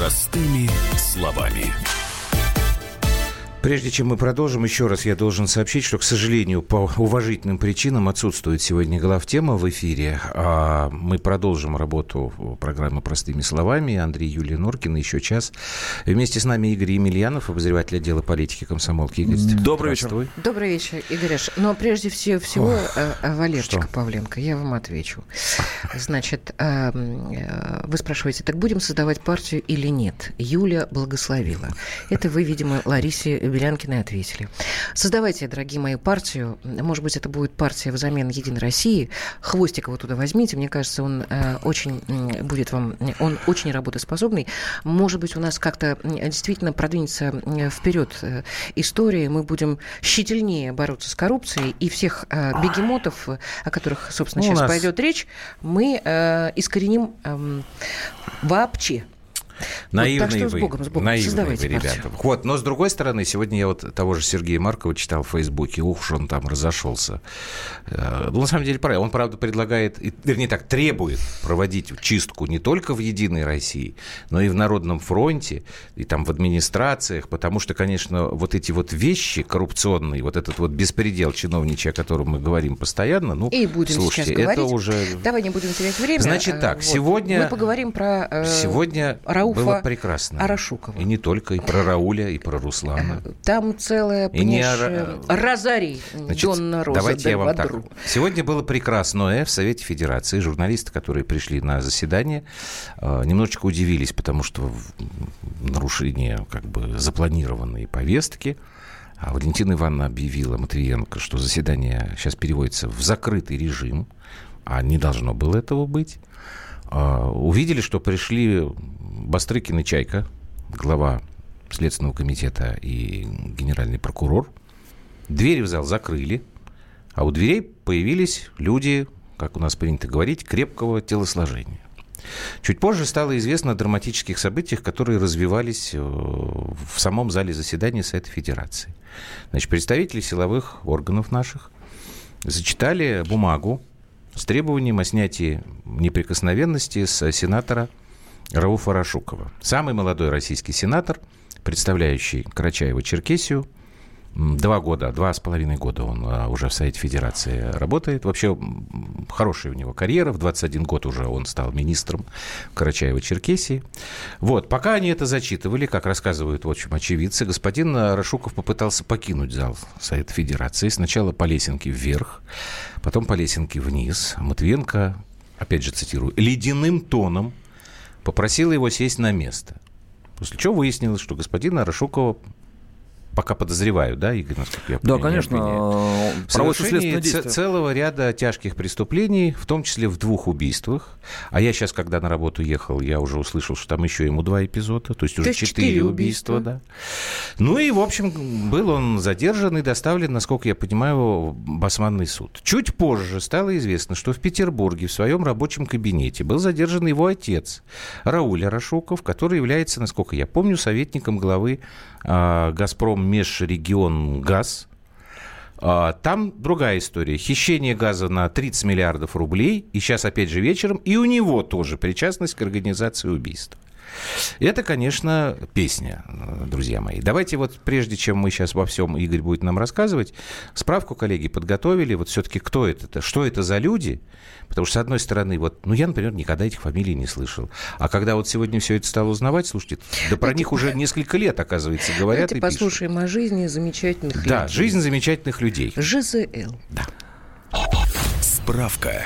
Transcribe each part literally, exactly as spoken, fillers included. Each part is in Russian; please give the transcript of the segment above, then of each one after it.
Простыми словами. Прежде чем мы продолжим, еще раз я должен сообщить, что, к сожалению, по уважительным причинам отсутствует сегодня главтема в эфире. А мы продолжим работу программы «Простыми словами». Андрей, Юлия Норкина, еще час. Вместе с нами Игорь Емельянов, обозреватель отдела политики комсомолки. Игорь, добрый вечер. Добрый вечер, Игорь. Но прежде всего, всего Валерчика что? Павленко, я вам отвечу. Значит, вы спрашиваете, так будем создавать партию или нет? Юля благословила. Это вы, видимо, Ларисе Белянкиной ответили. Создавайте, дорогие мои, партию. Может быть, это будет партия взамен Единой России. Хвостикова туда возьмите. Мне кажется, он э, очень э, будет вам... Он очень работоспособный. Может быть, у нас как-то действительно продвинется вперед э, история. Мы будем щительнее бороться с коррупцией. И всех э, бегемотов, о которых, собственно, ну, сейчас нас... пойдет речь, мы э, искореним э, вообще. Наивные вот, вы, с Богом, с Богом. наивные вы, ребята. Вот, но с другой стороны, сегодня я вот того же Сергея Маркова читал в Фейсбуке, ух уж он там разошелся. Ну, на самом деле, правильно. Он, правда, предлагает, вернее так, требует проводить чистку не только в «Единой России», но и в Народном фронте, и там в администрациях, потому что, конечно, вот эти вот вещи коррупционные, вот этот вот беспредел чиновничий, о котором мы говорим постоянно, ну, и будем слушайте, сейчас это говорить. уже... Давай не будем терять время. Значит так, вот. сегодня... Мы поговорим про... Сегодня... Рауфа было прекрасно. Арашукова. И не только, и про Рауля, и про Руслана. Там целая, понимаешь, ара... розарий Донна Роза. Давайте я вам так. Сегодня было прекрасное в Совете Федерации. Журналисты, которые пришли на заседание, немножечко удивились, потому что нарушение как бы запланированной повестки. А Валентина Ивановна объявила, Матвиенко, что заседание сейчас переводится в закрытый режим, а не должно было этого быть. Увидели, что пришли Бастрыкин и Чайка, глава Следственного комитета и генеральный прокурор. Двери в зал закрыли, а у дверей появились люди, как у нас принято говорить, крепкого телосложения. Чуть позже стало известно о драматических событиях, которые развивались в самом зале заседания Совета Федерации. Значит, представители силовых органов наших зачитали бумагу с требованием о снятии неприкосновенности с сенатора Рауфа Арашукова. Самый молодой российский сенатор, представляющий Карачаево-Черкесию. Два года, два с половиной года он уже в Совете Федерации работает. Вообще хорошая у него карьера. В двадцать один год уже он стал министром Карачаево-Черкесии. Вот, пока они это зачитывали, как рассказывают, в общем, очевидцы, господин Арашуков попытался покинуть зал Совета Федерации. Сначала по лесенке вверх, потом по лесенке вниз. Матвиенко, опять же цитирую, ледяным тоном попросил его сесть на место. После чего выяснилось, что господина Арашукова пока подозревают, да, Игорь, насколько я понимаю? Да, конечно. В совершении ц- целого ряда тяжких преступлений, в том числе в двух убийствах. А я сейчас, когда на работу ехал, я уже услышал, что там еще ему два эпизода, то есть то уже есть четыре, четыре убийства. убийства, да. Ну и, в общем, был он задержан и доставлен, насколько я понимаю, в Басманный суд. Чуть позже стало известно, что в Петербурге в своем рабочем кабинете был задержан его отец Рауль Арашуков, который является, насколько я помню, советником главы э, «Газпром» Межрегионгаз. Там другая история. Хищение газа на тридцать миллиардов рублей. И сейчас опять же вечером. И у него тоже причастность к организации убийства. Это, конечно, песня, друзья мои. Давайте вот прежде чем мы сейчас во всем Игорь будет нам рассказывать, справку коллеги подготовили. Вот все-таки кто это, что это за люди? Потому что, с одной стороны, вот, ну, я, например, никогда этих фамилий не слышал. А когда вот сегодня все это стал узнавать, слушайте, да про них уже несколько лет, оказывается, говорят и пишут. Послушаем о жизни замечательных людей. Да, жизнь замечательных людей. ЖЗЛ. Да. Справка.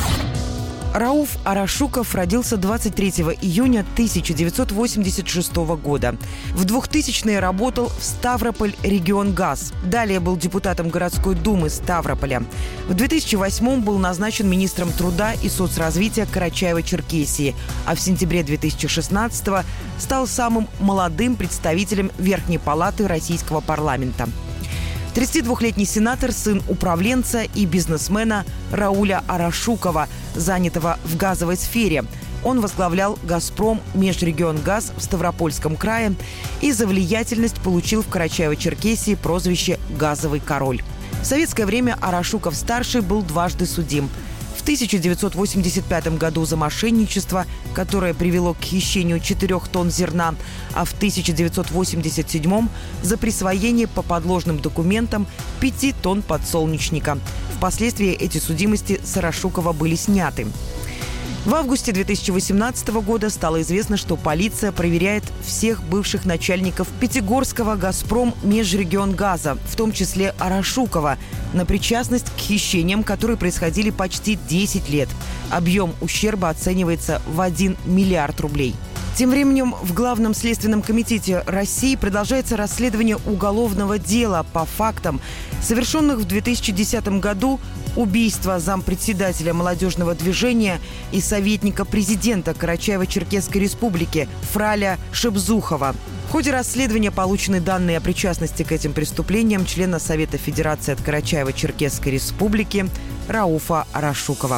Рауф Арашуков родился двадцать третьего июня тысяча девятьсот восемьдесят шестого года. В двухтысячные работал в Ставрополь-Регионгаз. Далее был депутатом городской думы Ставрополя. В две тысячи восьмом был назначен министром труда и соцразвития Карачаево-Черкесии, а в сентябре две тысячи шестнадцатого стал самым молодым представителем Верхней палаты российского парламента. тридцатидвухлетний сенатор – сын управленца и бизнесмена Рауля Арашукова, занятого в газовой сфере. Он возглавлял «Газпром» Межрегионгаз в Ставропольском крае и за влиятельность получил в Карачаево-Черкесии прозвище «Газовый король». В советское время Арашуков-старший был дважды судим. В тысяча девятьсот восемьдесят пятом году за мошенничество, которое привело к хищению четырех тонн зерна, а в тысяча девятьсот восемьдесят седьмом за присвоение по подложным документам пяти тонн подсолнечника. Впоследствии эти судимости с Арашукова были сняты. В августе две тысячи восемнадцатого года стало известно, что полиция проверяет всех бывших начальников Пятигорского «Газпром» Межрегионгаза, в том числе Арашукова, на причастность к хищениям, которые происходили почти десять лет. Объем ущерба оценивается в один миллиард рублей. Тем временем в Главном следственном комитете России продолжается расследование уголовного дела по фактам, совершенных в две тысячи десятом году убийства зампредседателя молодежного движения и советника президента Карачаево-Черкесской республики Фраля Шебзухова. В ходе расследования получены данные о причастности к этим преступлениям члена Совета Федерации от Карачаево-Черкесской республики Рауфа Арашукова.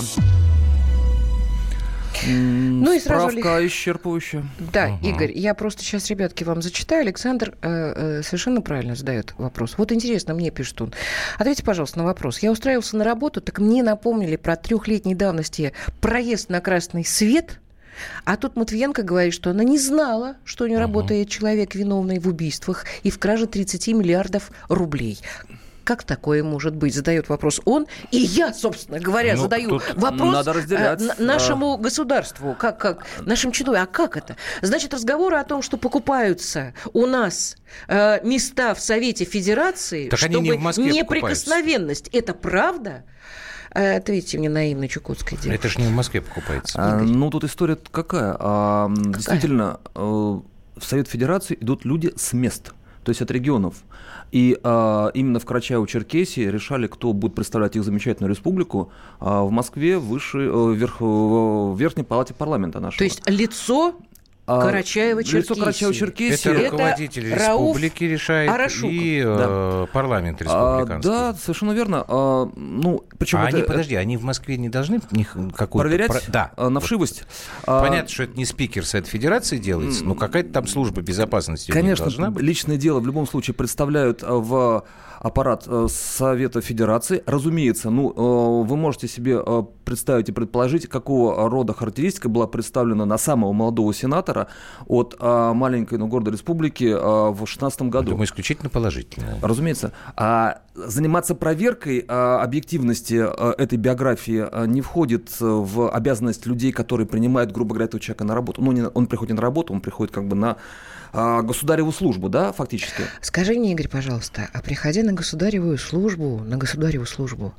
Ну и сразу Справка ли... исчерпывающая. Да, угу. Игорь, я просто сейчас, ребятки, вам зачитаю. Александр э, э, совершенно правильно задает вопрос. Вот интересно, мне пишет он. Ответьте, пожалуйста, на вопрос. Я устраивался на работу, так мне напомнили про трехлетней давности проезд на красный свет. А тут Матвиенко говорит, что она не знала, что у нее uh-huh. работает человек, виновный в убийствах и в краже тридцати миллиардов рублей. Как такое может быть? Задает вопрос он. И я, собственно говоря, ну, задаю вопрос э, нашему а... государству, как, как, нашим чиновникам. А как это? Значит, разговоры о том, что покупаются у нас э, места в Совете Федерации, так чтобы не неприкосновенность, это правда? Ответьте мне наивно, чукотское дело. Это же не в Москве покупается. А, ну, тут история какая? А, какая? Действительно, в Совет Федерации идут люди с мест, то есть от регионов. И а, именно в Карачаево-Черкесии решали, кто будет представлять их замечательную республику. А в Москве выше, вверх, в Верхней палате парламента нашего. То есть лицо Карачаево-Черкесии. Лицо Карачаево-Черкесии. Это руководитель это республики Рауф решает Арашуков. И да. э, парламент республиканский. А, да, совершенно верно. А, ну, причем а это, они, подожди, они в Москве не должны какую-то... Проверять про... да. на вшивость? Понятно, а... что это не спикер Совета Федерации делается, но какая-то там служба безопасности конечно, должна быть. Личное дело в любом случае представляют в аппарат Совета Федерации. Разумеется, ну, вы можете себе представить и предположить, какого рода характеристика была представлена на самого молодого сенатора от а, маленькой, но гордой республики а, в шестнадцатом году. Думаю, исключительно положительно. Разумеется. А заниматься проверкой а, объективности а, этой биографии а, не входит в обязанность людей, которые принимают, грубо говоря, этого человека на работу. Ну, не, он приходит не на работу, он приходит как бы на а, государеву службу, да, фактически. Скажи мне, Игорь, пожалуйста, а приходя на государевую службу, на государеву службу,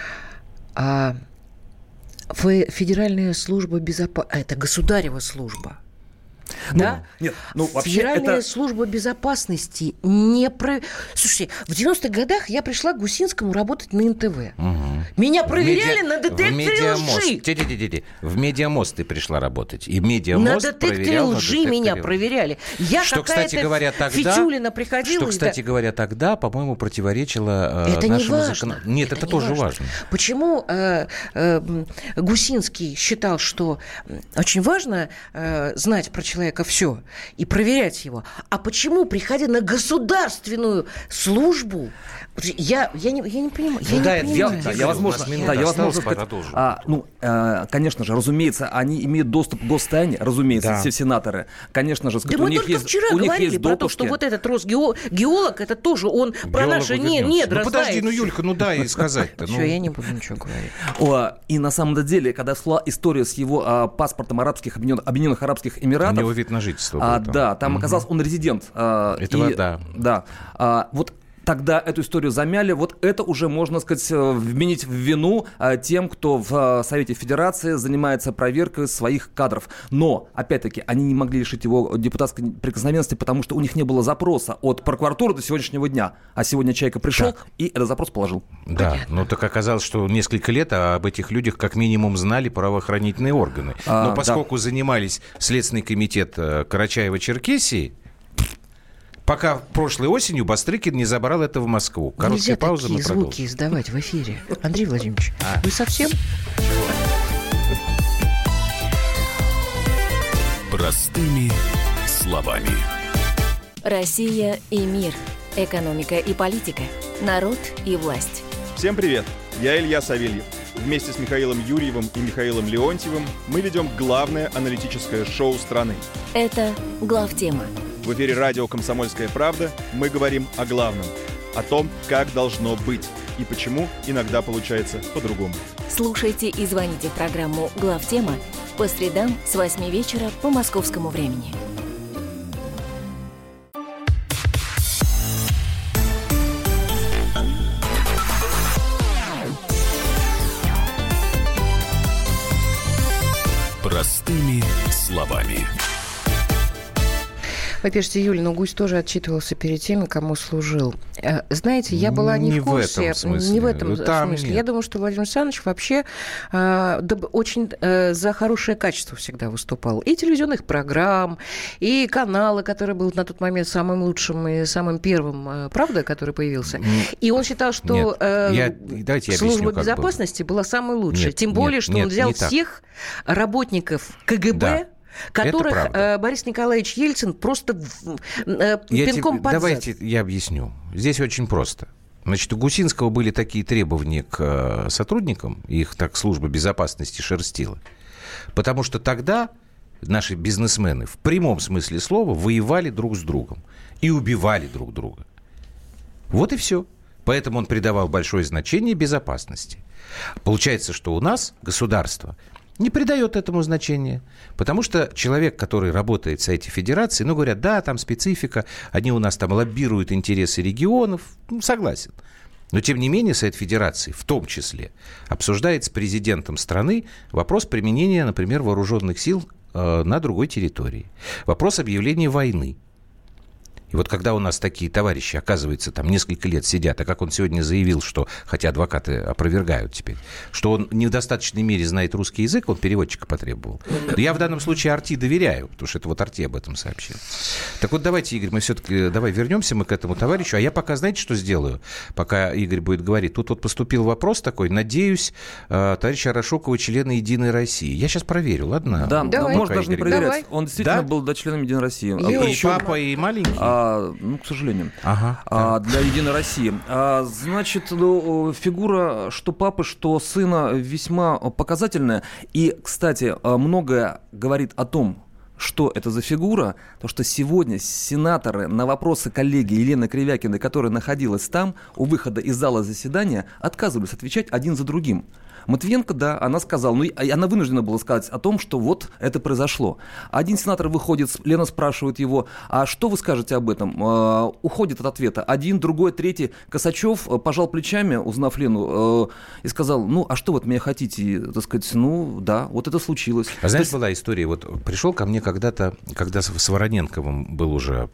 а в Федеральная служба безопасности, а это государева служба, Ну, да? Нет, ну вообще Федеральная это... служба безопасности не про... Слушайте, в девяностых годах я пришла к Гусинскому работать на эн тэ вэ. Угу. Меня проверяли Медиа... на детекторе лжи. Ти-ти-ти-ти. В Медиамост ты пришла работать. И Медиамост на детекторе лжи на меня проверяли. Я что, кстати говоря, тогда... Фитюлина приходила. Что, кстати да... говоря, тогда, по-моему, противоречило э, это нашему закону. Нет, это, это не тоже важно. важно. Почему э, э, Гусинский считал, что очень важно э, знать про человека все и проверять его. А почему, приходя на государственную службу, я, я, не, я не понимаю. Ну, я да, не понимаю. Я, да, я, возможно, да, я, возможно сказать, а, ну, а, конечно же, разумеется, они имеют доступ к гостайне, разумеется, да. Все сенаторы. Конечно же, сказать, да у мы них только есть, вчера у них говорили есть про допуски. то, что вот этот Росгеолог, это тоже он Геологу про наши недра. Ну, подожди, ну, Юлька, ну дай сказать-то. Все, я не буду ничего говорить. О, и на самом деле, когда шла история с его а, паспортом арабских, Объединенных Арабских Эмиратов... У него вид на жительство. А, там. Да, там угу. оказался он резидент. А, Этого, и, да. Да. А, вот тогда эту историю замяли. Вот это уже, можно сказать, вменить в вину тем, кто в Совете Федерации занимается проверкой своих кадров. Но, опять-таки, они не могли лишить его депутатской прикосновенности, потому что у них не было запроса от прокуратуры до сегодняшнего дня. А сегодня Чайка пришел так. и этот запрос положил. Да, Понятно. Ну так оказалось, что несколько лет об этих людях как минимум знали правоохранительные органы. Но а, поскольку да. занимались Следственный комитет Карачаево-Черкесии, пока прошлой осенью Бастрыкин не забрал это в Москву. Короткая Нельзя пауза, такие звуки издавать в эфире. Андрей Владимирович, а. вы совсем? Простыми словами. Россия и мир. Экономика и политика. Народ и власть. Всем привет. Я Илья Савельев. Вместе с Михаилом Юрьевым и Михаилом Леонтьевым мы ведем главное аналитическое шоу страны. Это «Главтема». В эфире радио «Комсомольская правда» мы говорим о главном. О том, как должно быть и почему иногда получается по-другому. Слушайте и звоните в программу «Главтема» по средам с восьми вечера по московскому времени. Простыми словами. Вы пишете, Юль, но Гусь тоже отчитывался перед теми, кому служил. Знаете, я была не, не в курсе. В этом смысле. Не в этом Там смысле. Нет. Я думаю, что Владимир Александрович вообще э, да, очень э, за хорошее качество всегда выступал. И телевизионных программ, и канала, который был на тот момент самым лучшим и самым первым, э, правда, который появился. И он считал, что э, я, давайте я служба объясню, безопасности была самой лучшей. Нет, Тем более, нет, что нет, он взял не так. всех работников КГБ, Да. которых э, Борис Николаевич Ельцин просто э, пинком тебе, под Давайте зад. я объясню. Здесь очень просто. Значит, у Гусинского были такие требования к э, сотрудникам, их так служба безопасности шерстила, потому что тогда наши бизнесмены в прямом смысле слова воевали друг с другом и убивали друг друга. Вот и все. Поэтому он придавал большое значение безопасности. Получается, что у нас государство не придает этому значения, потому что человек, который работает в Совете Федерации, ну, говорят, да, там специфика, они у нас там лоббируют интересы регионов, ну, согласен. Но, тем не менее, Совет Федерации в том числе обсуждает с президентом страны вопрос применения, например, вооруженных сил э, на другой территории, вопрос объявления войны. И вот когда у нас такие товарищи, оказывается, там несколько лет сидят, а как он сегодня заявил, что, хотя адвокаты опровергают теперь, что он не в достаточной мере знает русский язык, он переводчика потребовал. Но я в данном случае Арти доверяю, потому что это вот Арти об этом сообщил. Так вот, давайте, Игорь, мы все-таки, давай вернемся мы к этому товарищу, а я пока, знаете, что сделаю, пока Игорь будет говорить? Тут вот поступил вопрос такой, надеюсь, товарища Арашукова члены «Единой России». Я сейчас проверю, ладно? Да, Давай. можно даже не Игорь. проверять. Давай. Он действительно Да? был да, членом «Единой России». И, А и еще- папа, и маленький? А, ну, к сожалению. Ага. А, для «Единой России». А, значит, ну, фигура что папы, что сына весьма показательная. И, кстати, многое говорит о том, что это за фигура, то что сегодня сенаторы на вопросы коллеги Елены Кривякиной, которая находилась там, у выхода из зала заседания, отказывались отвечать один за другим. Матвиенко, да, она сказала, ну, и она вынуждена была сказать о том, что вот это произошло. Один сенатор выходит, Лена спрашивает его, а что вы скажете об этом? Э, уходит от ответа. Один, другой, третий. Косачев пожал плечами, узнав Лену, э, и сказал, ну, а что вы от меня хотите? Так сказать, ну, да, вот это случилось. А знаешь, есть... была история, вот пришел ко мне когда-то, когда с Вороненковым был уже...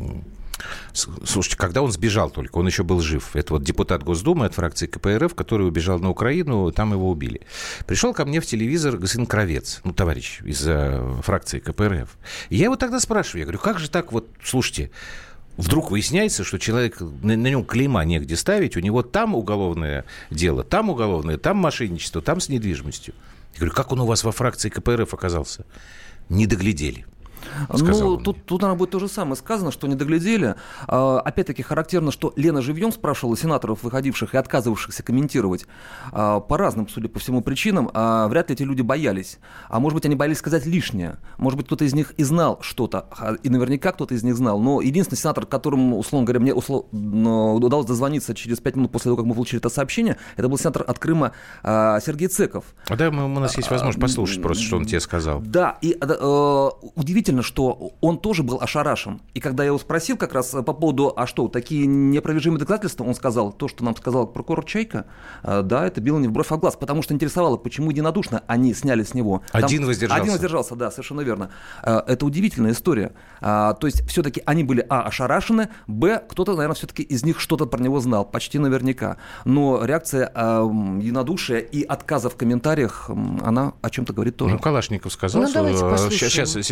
Слушайте, когда он сбежал только, он еще был жив. Это вот депутат Госдумы от фракции ка пэ эр эф, который убежал на Украину, там его убили. Пришел ко мне в телевизор господин Кравец, ну, товарищ из фракции ка пэ эр эф. И я его тогда спрашиваю, я говорю, как же так вот, слушайте, вдруг выясняется, что человек, на, на нем клейма негде ставить, у него там уголовное дело, там уголовное, там мошенничество, там с недвижимостью. Я говорю, как он у вас во фракции ка пэ эр эф оказался? Не доглядели. Ну, тут, тут, наверное, будет то же самое сказано, что не доглядели. А, опять-таки, характерно, что Лена живьем спрашивала сенаторов, выходивших и отказывавшихся комментировать а, по разным, судя по всему, причинам. А, вряд ли эти люди боялись. А может быть, они боялись сказать лишнее. Может быть, кто-то из них и знал что-то. И наверняка кто-то из них знал. Но единственный сенатор, которому, условно говоря, мне условно, удалось дозвониться через пять минут после того, как мы получили это сообщение, это был сенатор от Крыма а, Сергей Цеков. А да, мы, у нас есть возможность послушать просто, что он тебе сказал. Да, и э, удивительно, что он тоже был ошарашен. И когда я его спросил как раз по поводу, а что, такие неопровержимые доказательства, он сказал, то, что нам сказал прокурор Чайка, э, да, это било не в бровь, а в глаз, потому что интересовало, почему единодушно они сняли с него. Там, один воздержался. Один воздержался, да, совершенно верно. Э, это удивительная история. Э, то есть все-таки они были, а, ошарашены, б, кто-то, наверное, все-таки из них что-то про него знал, почти наверняка. Но реакция э, единодушия и отказа в комментариях, э, она о чем-то говорит тоже. Ну, Калашников сказал, ну, что... Сейчас, сейчас, секундочку, что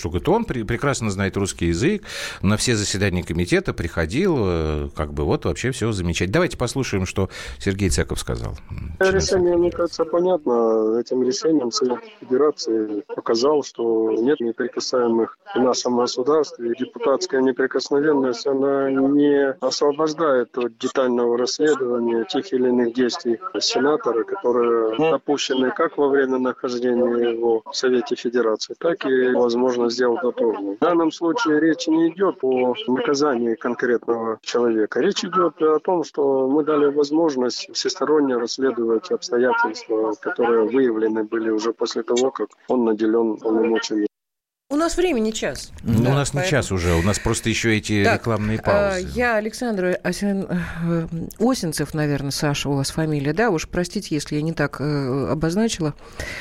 что говорит, он при, прекрасно знает русский язык, на все заседания комитета приходил, как бы вот вообще все замечательно. Давайте послушаем, что Сергей Цеков сказал. Решение, мне кажется, понятно. Этим решением Совет Федерации показал, что нет неприкасаемых в нашем государстве. Депутатская неприкосновенность, она не освобождает от детального расследования тех или иных действий сенатора, которые допущены как во время нахождения его в Совете Федерации, так и, возможно, сделать повторно. В данном случае речь не идет о наказании конкретного человека. Речь идет о том, что мы дали возможность всесторонне расследовать обстоятельства, которые выявлены были уже после того, как он наделен полномочиями. У нас времени час. Ну, да, у нас поэтому... не час уже, у нас просто еще эти так, рекламные паузы. Я Александр Осин... Осинцев, наверное, Саша, у вас фамилия, да? Уж простите, если я не так обозначила.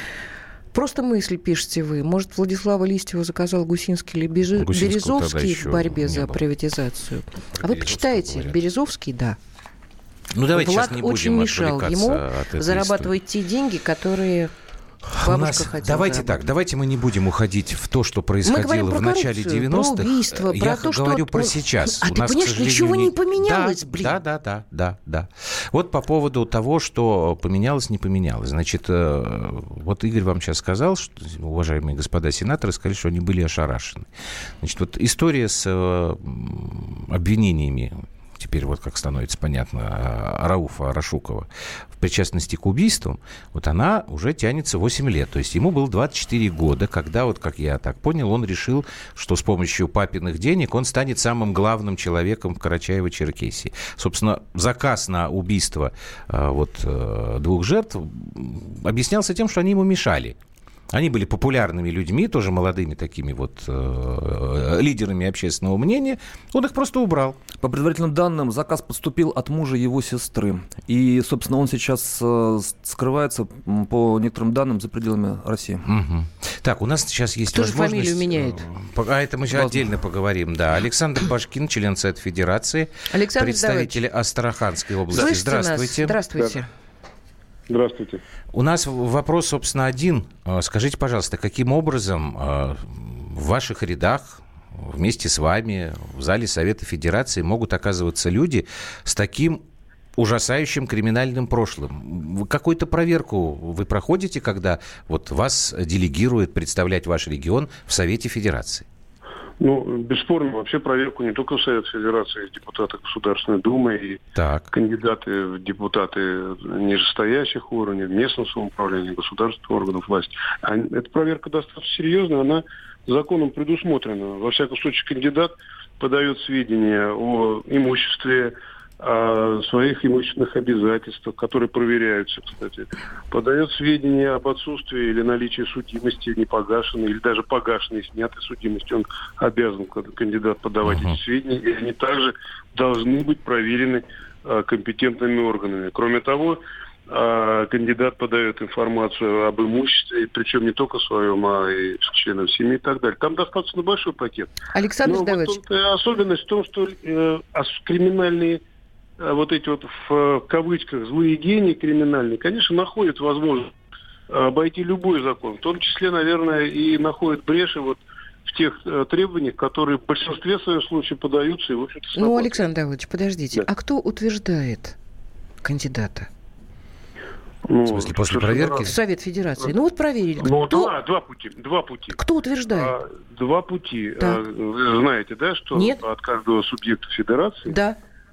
Просто мысль пишете вы. Может, Владислава Листьева заказал Гусинский или Бежи... Березовский в борьбе за было. приватизацию? А вы почитаете? Говорят. Березовский, да. Ну, давайте Влад сейчас не очень будем мешал ему зарабатывать истории. те деньги, которые... У нас, давайте так, давайте мы не будем уходить в то, что происходило в начале девяностых. Про убийство, Я про то, говорю что... про сейчас. А У ты нас, понимаешь, ничего не поменялось, да, блин. Да, да, да, да, да. Вот по поводу того, что поменялось, не поменялось. Значит, вот Игорь вам сейчас сказал, что уважаемые господа сенаторы сказали, что они были ошарашены. Значит, вот история с обвинениями, теперь вот как становится понятно, Рауфа Арашукова в причастности к убийствам, вот она уже тянется восемь лет. То есть ему было двадцать четыре года, когда, вот как я так понял, он решил, что с помощью папиных денег он станет самым главным человеком в Карачаево-Черкесии. Собственно, заказ на убийство вот, двух жертв объяснялся тем, что они ему мешали. Они были популярными людьми, тоже молодыми такими вот э, лидерами общественного мнения. Он их просто убрал. По предварительным данным, заказ поступил от мужа его сестры. И, собственно, он сейчас э, скрывается, по некоторым данным, за пределами России. Угу. Так, у нас сейчас есть Кто возможность... же фамилию меняет? А это мы сейчас отдельно поговорим, да. Александр Башкин, член Совета Федерации, Александр, представитель давайте. Астраханской области. Слышите Здравствуйте. Нас? Здравствуйте. Да. Здравствуйте. У нас вопрос, собственно, один. Скажите, пожалуйста, каким образом в ваших рядах, вместе с вами, в зале Совета Федерации могут оказываться люди с таким ужасающим криминальным прошлым? Какую-то проверку вы проходите, когда вот вас делегируют представлять ваш регион в Совете Федерации? Ну, бесспорно, вообще проверку не только в Совет Федерации, депутаты Государственной Думы и так. кандидаты в депутаты нижестоящих уровней, местного самоуправления, государственных органов власти. А эта проверка достаточно серьезная, она законом предусмотрена. Во всяком случае, кандидат подает сведения о имуществе, о своих имущественных обязательствах, которые проверяются, кстати. Подает сведения об отсутствии или наличии судимости, не погашенной, или даже погашенной, снятой судимости. Он обязан, кандидат, подавать uh-huh. эти сведения, и они также должны быть проверены а, компетентными органами. Кроме того, а, кандидат подает информацию об имуществе, причем не только своем, а и членов семьи и так далее. Там достаточно большой пакет. Александр Давыдович. Вот особенность в том, что э, криминальные вот эти вот в кавычках злые гении криминальные, конечно, находят возможность обойти любой закон. В том числе, наверное, и находят бреши вот в тех требованиях, которые в большинстве своих случаев подаются и, в общем-то, срабатывают. Ну, Александр Давыдович, подождите. Да. А кто утверждает кандидата? Ну, в смысле, после проверки? В Совет Федерации. Ну, вот проверили. Ну, Кто... два, два пути. Два пути. Кто утверждает? А, два пути. Да. А, вы знаете, да, что Нет. от каждого субъекта Федерации... Да.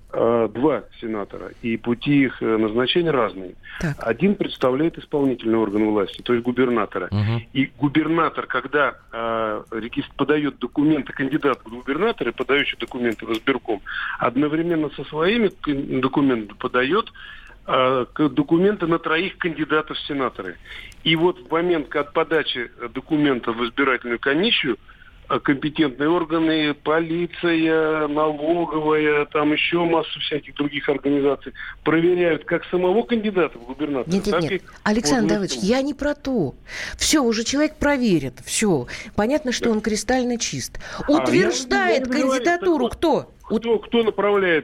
Два сенатора, и пути их назначения разные. Так. Один представляет исполнительный орган власти, то есть губернатора. Угу. И губернатор, когда э, подает документы, кандидат в губернаторы, подающий документы в избирком, одновременно со своими документами подает э, документы на троих кандидатов в сенаторы. И вот в момент от подачи документов в избирательную комиссию компетентные органы, полиция, налоговая, там еще массу всяких других организаций проверяют как самого кандидата в губернатора. Нет, нет, нет. Александр Давыдович, я не про то. Все, уже человек проверен. Все. Понятно, что да. он кристально чист. Утверждает а, кандидатуру говорю, кто? Кто, кто направляет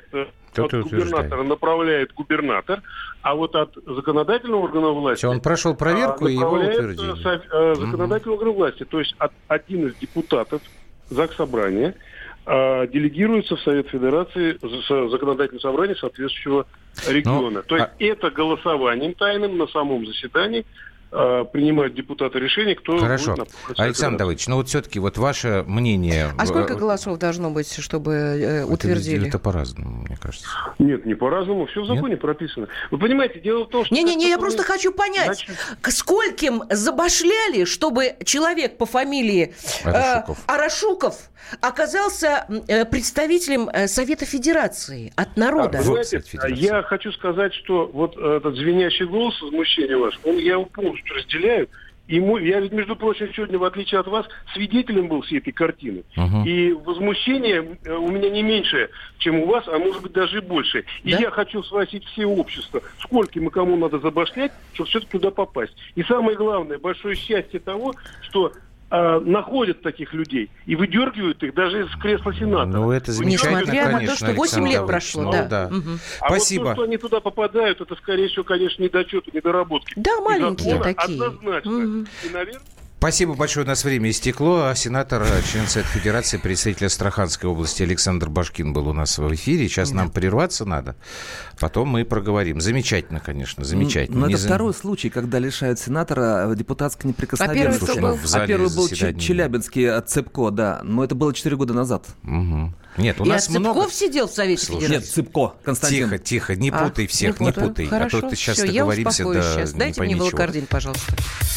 от губернатора направляет губернатор, а вот от законодательного органа власти... Все, он прошел проверку и его утвердили. Законодательный орган власти, то есть от, один из депутатов Заксобрания делегируется в Совет Федерации, законодательное собрание соответствующего региона. Но, То есть а... это голосованием тайным на самом заседании принимают депутаты решение, кто Хорошо. будет на Александр Давыдович, ну вот все-таки вот ваше мнение... А сколько голосов должно быть, чтобы э, утвердили? Это, это по-разному, мне кажется. Нет, не по-разному, все в законе Нет? прописано. Вы понимаете, дело в том, что... Не-не-не, я просто хочу понять, Значит... скольким забашляли, чтобы человек по фамилии Арашуков, э, Арашуков оказался э, представителем э, Совета Федерации от народа. А, знаете, я хочу сказать, что вот этот звенящий голос, возмущение ваше, он, я его полностью разделяю. И мой, я, между прочим, сегодня, в отличие от вас, свидетелем был всей этой картины. Uh-huh. И возмущение у меня не меньше, чем у вас, а может быть даже и больше. И да? я хочу спросить все общество, сколько мы кому надо забашлять, чтобы все-таки туда попасть. И самое главное, большое счастье того, что находят таких людей и выдергивают их даже из кресла сенатора. Ну, это замечательно, Несмотря конечно, на то, что восемь лет прошло. Ну, да. Да. Угу. А Спасибо. вот то, что они туда попадают, это, скорее всего, конечно, недочеты, недоработки. Да, маленькие такие. Однозначно. Угу. И, наверное... Спасибо большое, у нас время истекло. Сенатор, член Совета Федерации, представитель Астраханской области Александр Башкин был у нас в эфире. Сейчас да. нам прерваться надо. Потом мы проговорим. Замечательно, конечно, замечательно. Но Не это за... второй случай, когда лишают сенатора депутатской неприкосновенности. А первый, ну, в зале а первый был заседания. Челябинский Цыпко, да. Но это было четыре года назад. Угу. Нет, у И нас Цыпков много... сидел в Совете Слушай, Федерации? Нет, Цыпко, Константин. Тихо, тихо, не а, путай всех, не, не путаю. путай. Хорошо, а то ты сейчас все, договоримся, я да сейчас. Дайте не мне ничего. волокордин, пожалуйста.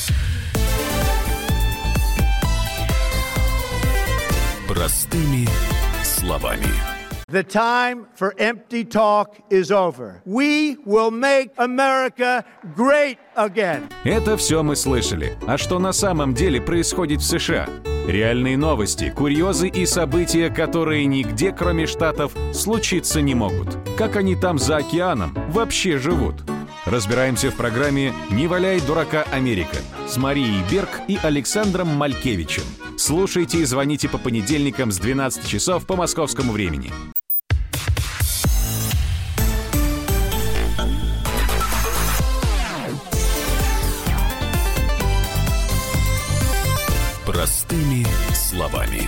Простыми словами. The time for empty talk is over. We will make America great again. Это все мы слышали. А что на самом деле происходит в США? Реальные новости, курьезы и события, которые нигде, кроме Штатов, случиться не могут. Как они там за океаном вообще живут? Разбираемся в программе «Не валяй дурака, Америка» с Марией Берг и Александром Малькевичем. Слушайте и звоните по понедельникам с двенадцати часов по московскому времени. Простыми словами.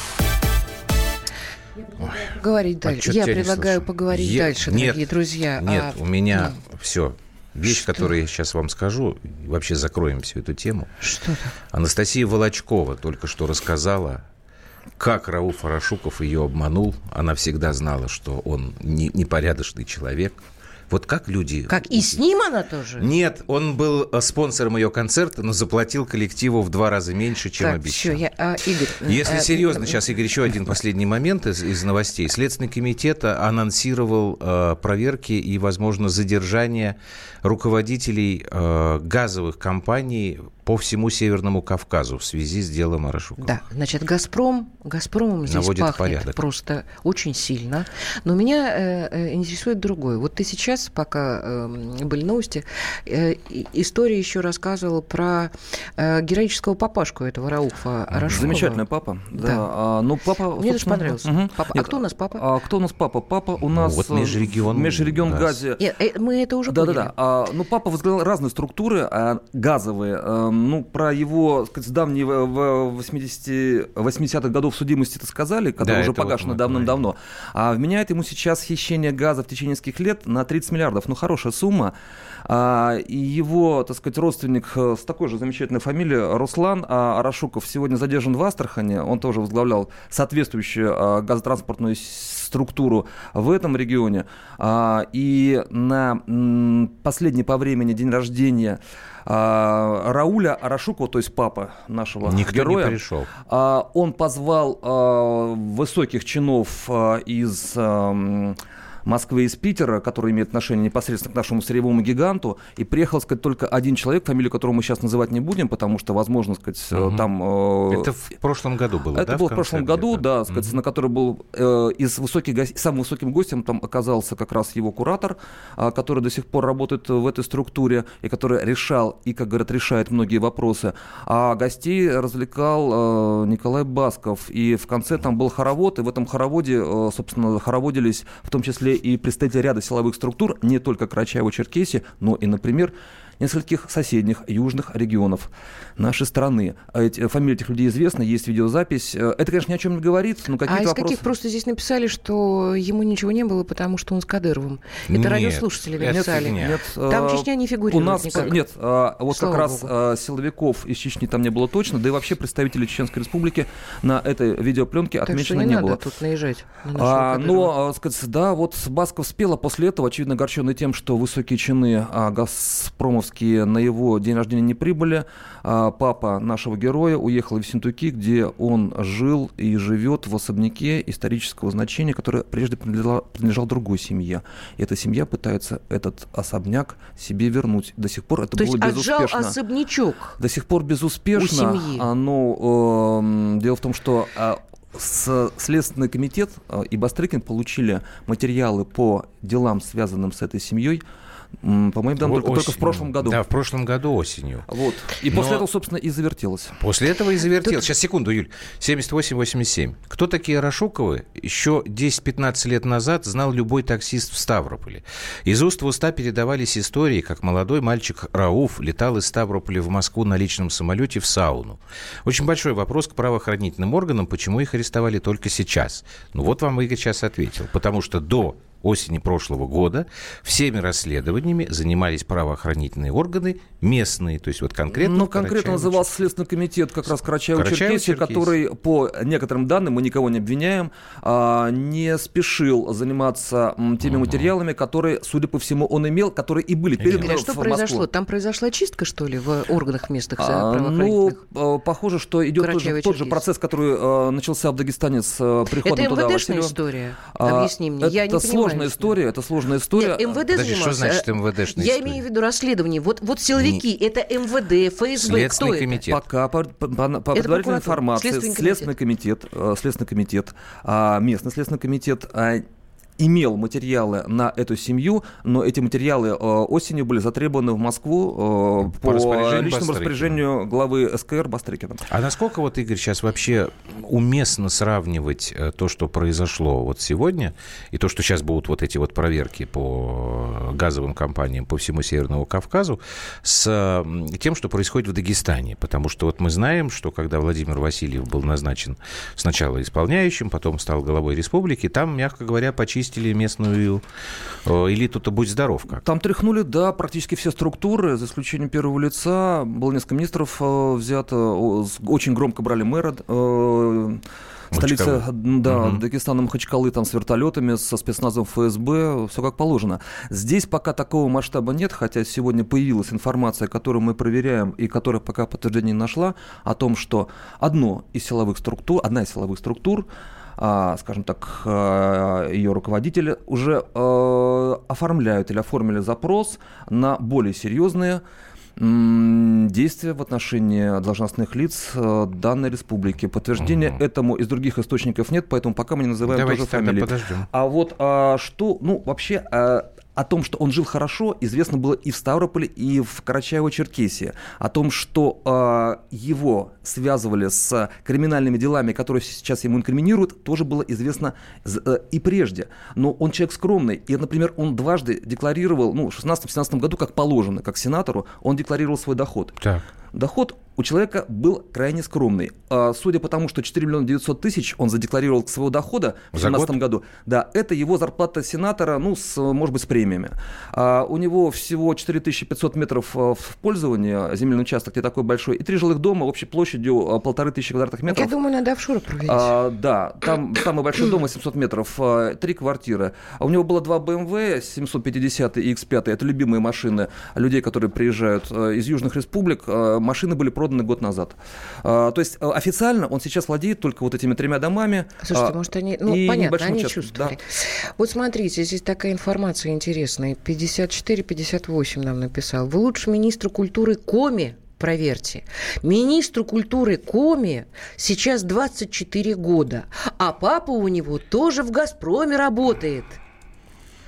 Говорить дальше. Я предлагаю поговорить я... дальше, нет, дорогие друзья. Нет, а... у меня ну. все. Вещь, Что? которую я сейчас вам скажу, вообще закроем всю эту тему. Что-то? Анастасия Волочкова только что рассказала, как Рауф Арашуков ее обманул. Она всегда знала, что он не, непорядочный человек. Вот как люди... Как и с ним она тоже? Нет, он был спонсором ее концерта, но заплатил коллективу в два раза меньше, чем так, обещал. Все, я, а, Игорь, Если а, серьезно, сейчас, Игорь, еще один последний момент из, из новостей. Следственный комитет анонсировал э, проверки и, возможно, задержание руководителей э, газовых компаний по всему Северному Кавказу в связи с делом Арашукова. Да, значит, «Газпром», «Газпромом» здесь наводит пахнет порядок. Просто очень сильно. Но меня э, интересует другое. Вот ты сейчас, пока э, были новости, э, история еще рассказывала про э, героического папашку этого Рауфа Арашукова. Замечательный папа. Да. Да. А, ну, папа, мне даже понравился. Угу. Папа. Нет, а кто у нас папа? А кто у нас папа? Папа у нас... Ну, вот межрегион. Межрегион газ. газе. Нет, э, мы это уже да, поняли. Да-да-да. А, ну, папа возглавлял разные структуры а, газовые. А, ну, про его, так сказать, давние в восьмидесятых годов судимости-то сказали, когда да, уже погашено вот давным-давно. А вменяет ему сейчас хищение газа в течение нескольких лет на тридцать миллиардов. Ну, хорошая сумма. А, и его, так сказать, родственник с такой же замечательной фамилией Руслан Арашуков сегодня задержан в Астрахани. Он тоже возглавлял соответствующую а, газотранспортную структуру в этом регионе. А, и на м, последний по времени день рождения а, Рауля Арашукова, то есть папа нашего Никто героя, не пришел. А, он позвал а, высоких чинов а, из... А, Москвы и из Питера, которые имеют отношение непосредственно к нашему сырьевому гиганту, и приехал, сказать, только один человек, фамилию которого мы сейчас называть не будем, потому что, возможно, сказать, угу. там... Э, это в прошлом году было, это да? Это было в прошлом году, да, сказать, угу. на который был э, из высоких го... самым высоким гостем там оказался как раз его куратор, э, который до сих пор работает в этой структуре, и который решал, и, как говорят, решает многие вопросы. А гостей развлекал э, Николай Басков, и в конце там был хоровод, и в этом хороводе, э, собственно, хороводились в том числе были и представители ряда силовых структур, не только Карачаево-Черкесии, но и, например, нескольких соседних южных регионов нашей страны. Эти, фамилии этих людей известны, есть видеозапись. Это, конечно, ни о чем не говорит, но какие-то а из вопросы... каких просто здесь написали, что ему ничего не было, потому что он с Кадыровым? Это нет, радиослушатели написали. Нет, нет, там Чечня не фигурирует у нас никак. Нет, вот Слава как раз Богу. Силовиков из Чечни там не было точно, да и вообще представителей Чеченской Республики на этой видеопленке так отмечено не, не надо было. Тут наезжать на а, но, сказать, да, вот Басков спела после этого, очевидно, огорченный тем, что высокие чины а, газпромовские на его день рождения не прибыли. А, папа нашего героя уехал в Ессентуки, где он жил и живет в особняке исторического значения, который прежде принадлежал, принадлежал другой семье. И эта семья пытается этот особняк себе вернуть. До сих пор это То было есть безуспешно. отжал особнячок До сих пор безуспешно. у семьи. А, ну, э, дело в том, что э, с, Следственный комитет э, и Бастрыкин получили материалы по делам, связанным с этой семьей, по моим данным, только, только в прошлом году. Да, в прошлом году осенью. Вот. И Но... после этого, собственно, и завертелось. После этого и завертелось. Тут... Сейчас, секунду, Юль. семьдесят восемь восемьдесят семь. Кто такие Арашуковы? Еще десять-пятнадцать лет назад знал любой таксист в Ставрополе. Из уст в уста передавались истории, как молодой мальчик Рауф летал из Ставрополя в Москву на личном самолете в сауну. Очень большой вопрос к правоохранительным органам, почему их арестовали только сейчас. Ну вот вам Игорь сейчас ответил. Потому что до осени прошлого года всеми расследованиями занимались правоохранительные органы местные, то есть вот конкретно... Ну, конкретно назывался Следственный комитет как раз Карачаево-Черкесии, который, по некоторым данным, мы никого не обвиняем, не спешил заниматься теми угу. материалами, которые, судя по всему, он имел, которые и были переданы в Москву. Что произошло? Там произошла чистка, что ли, в органах местных правоохранительных? Ну, похоже, что идет тот же, тот же процесс, который начался в Дагестане с приходом это туда Василева. Это МВДшная история? Объясни мне, я не понимаю. Сложная история, это сложная история. Нет, МВД Подожди, занимался. Что значит МВДшная Я история? имею в виду расследование. Вот, вот силовики, не... это МВД, ФСБ, Следственный кто комитет. Это? Пока по, по, по, по предварительной информации Следственный, Следственный комитет, комитет, Следственный комитет, местный Следственный комитет имел материалы на эту семью, но эти материалы э, осенью были затребованы в Москву э, по, по личному Бастрыкина. распоряжению главы СКР Бастрыкина. А насколько, вот, Игорь, сейчас вообще уместно сравнивать то, что произошло вот сегодня, и то, что сейчас будут вот эти вот проверки по газовым компаниям по всему Северному Кавказу, с тем, что происходит в Дагестане? Потому что вот мы знаем, что когда Владимир Васильев был назначен сначала исполняющим, потом стал главой республики, там, мягко говоря, почти местную элиту-то будь здоров как. Там тряхнули, да, практически все структуры, за исключением первого лица. Было несколько министров э, взято, очень громко брали мэра. Э, Столица, да, угу. Дагестана, Махачкалы, там с вертолетами, со спецназом ФСБ, все как положено. Здесь пока такого масштаба нет, хотя сегодня появилась информация, которую мы проверяем и которая пока подтверждение не нашла, о том, что одно из силовых структур, одна из силовых структур, А, скажем так, ее руководители уже э, оформляют или оформили запрос на более серьезные м- действия в отношении должностных лиц э, данной республики. Подтверждения угу. этому из других источников нет, поэтому пока мы не называем Давайте тоже фамилии. Подождем. А вот а, что, ну, вообще... А, О том, что он жил хорошо, известно было и в Ставрополе, и в Карачаево-Черкесии. О том, что э, его связывали с криминальными делами, которые сейчас ему инкриминируют, тоже было известно э, и прежде. Но он человек скромный. И, например, он дважды декларировал, ну, в шестнадцатом-семнадцатом году, как положено, как сенатору, он декларировал свой доход. Так. Доход у человека был крайне скромный. А, судя по тому, что четыре миллиона девятьсот тысяч он задекларировал своего дохода в две тысячи семнадцатом году, да, это его зарплата сенатора, ну, с, может быть, с премиями. А, у него всего четыре тысячи пятьсот метров в пользовании, земельный участок не такой большой, и три жилых дома общей площадью полторы тысячи квадратных метров. Я думаю, надо офшоры проводить. А, да, там самый большой дом восемьсот метров, три квартиры. У него было два бэ эм вэ, семьсот пятьдесят и икс пять, это любимые машины людей, которые приезжают из южных республик. Машины были проданы год назад. А, то есть официально он сейчас владеет только вот этими тремя домами. Слушайте, а, может, они... Ну, понятно, они участком. чувствовали. Да. Вот смотрите, здесь такая информация интересная. пятьдесят четыре пятьдесят восемь нам написал. Вы лучше министра культуры Коми проверьте. Министру культуры Коми сейчас двадцать четыре года, а папа у него тоже в «Газпроме» работает.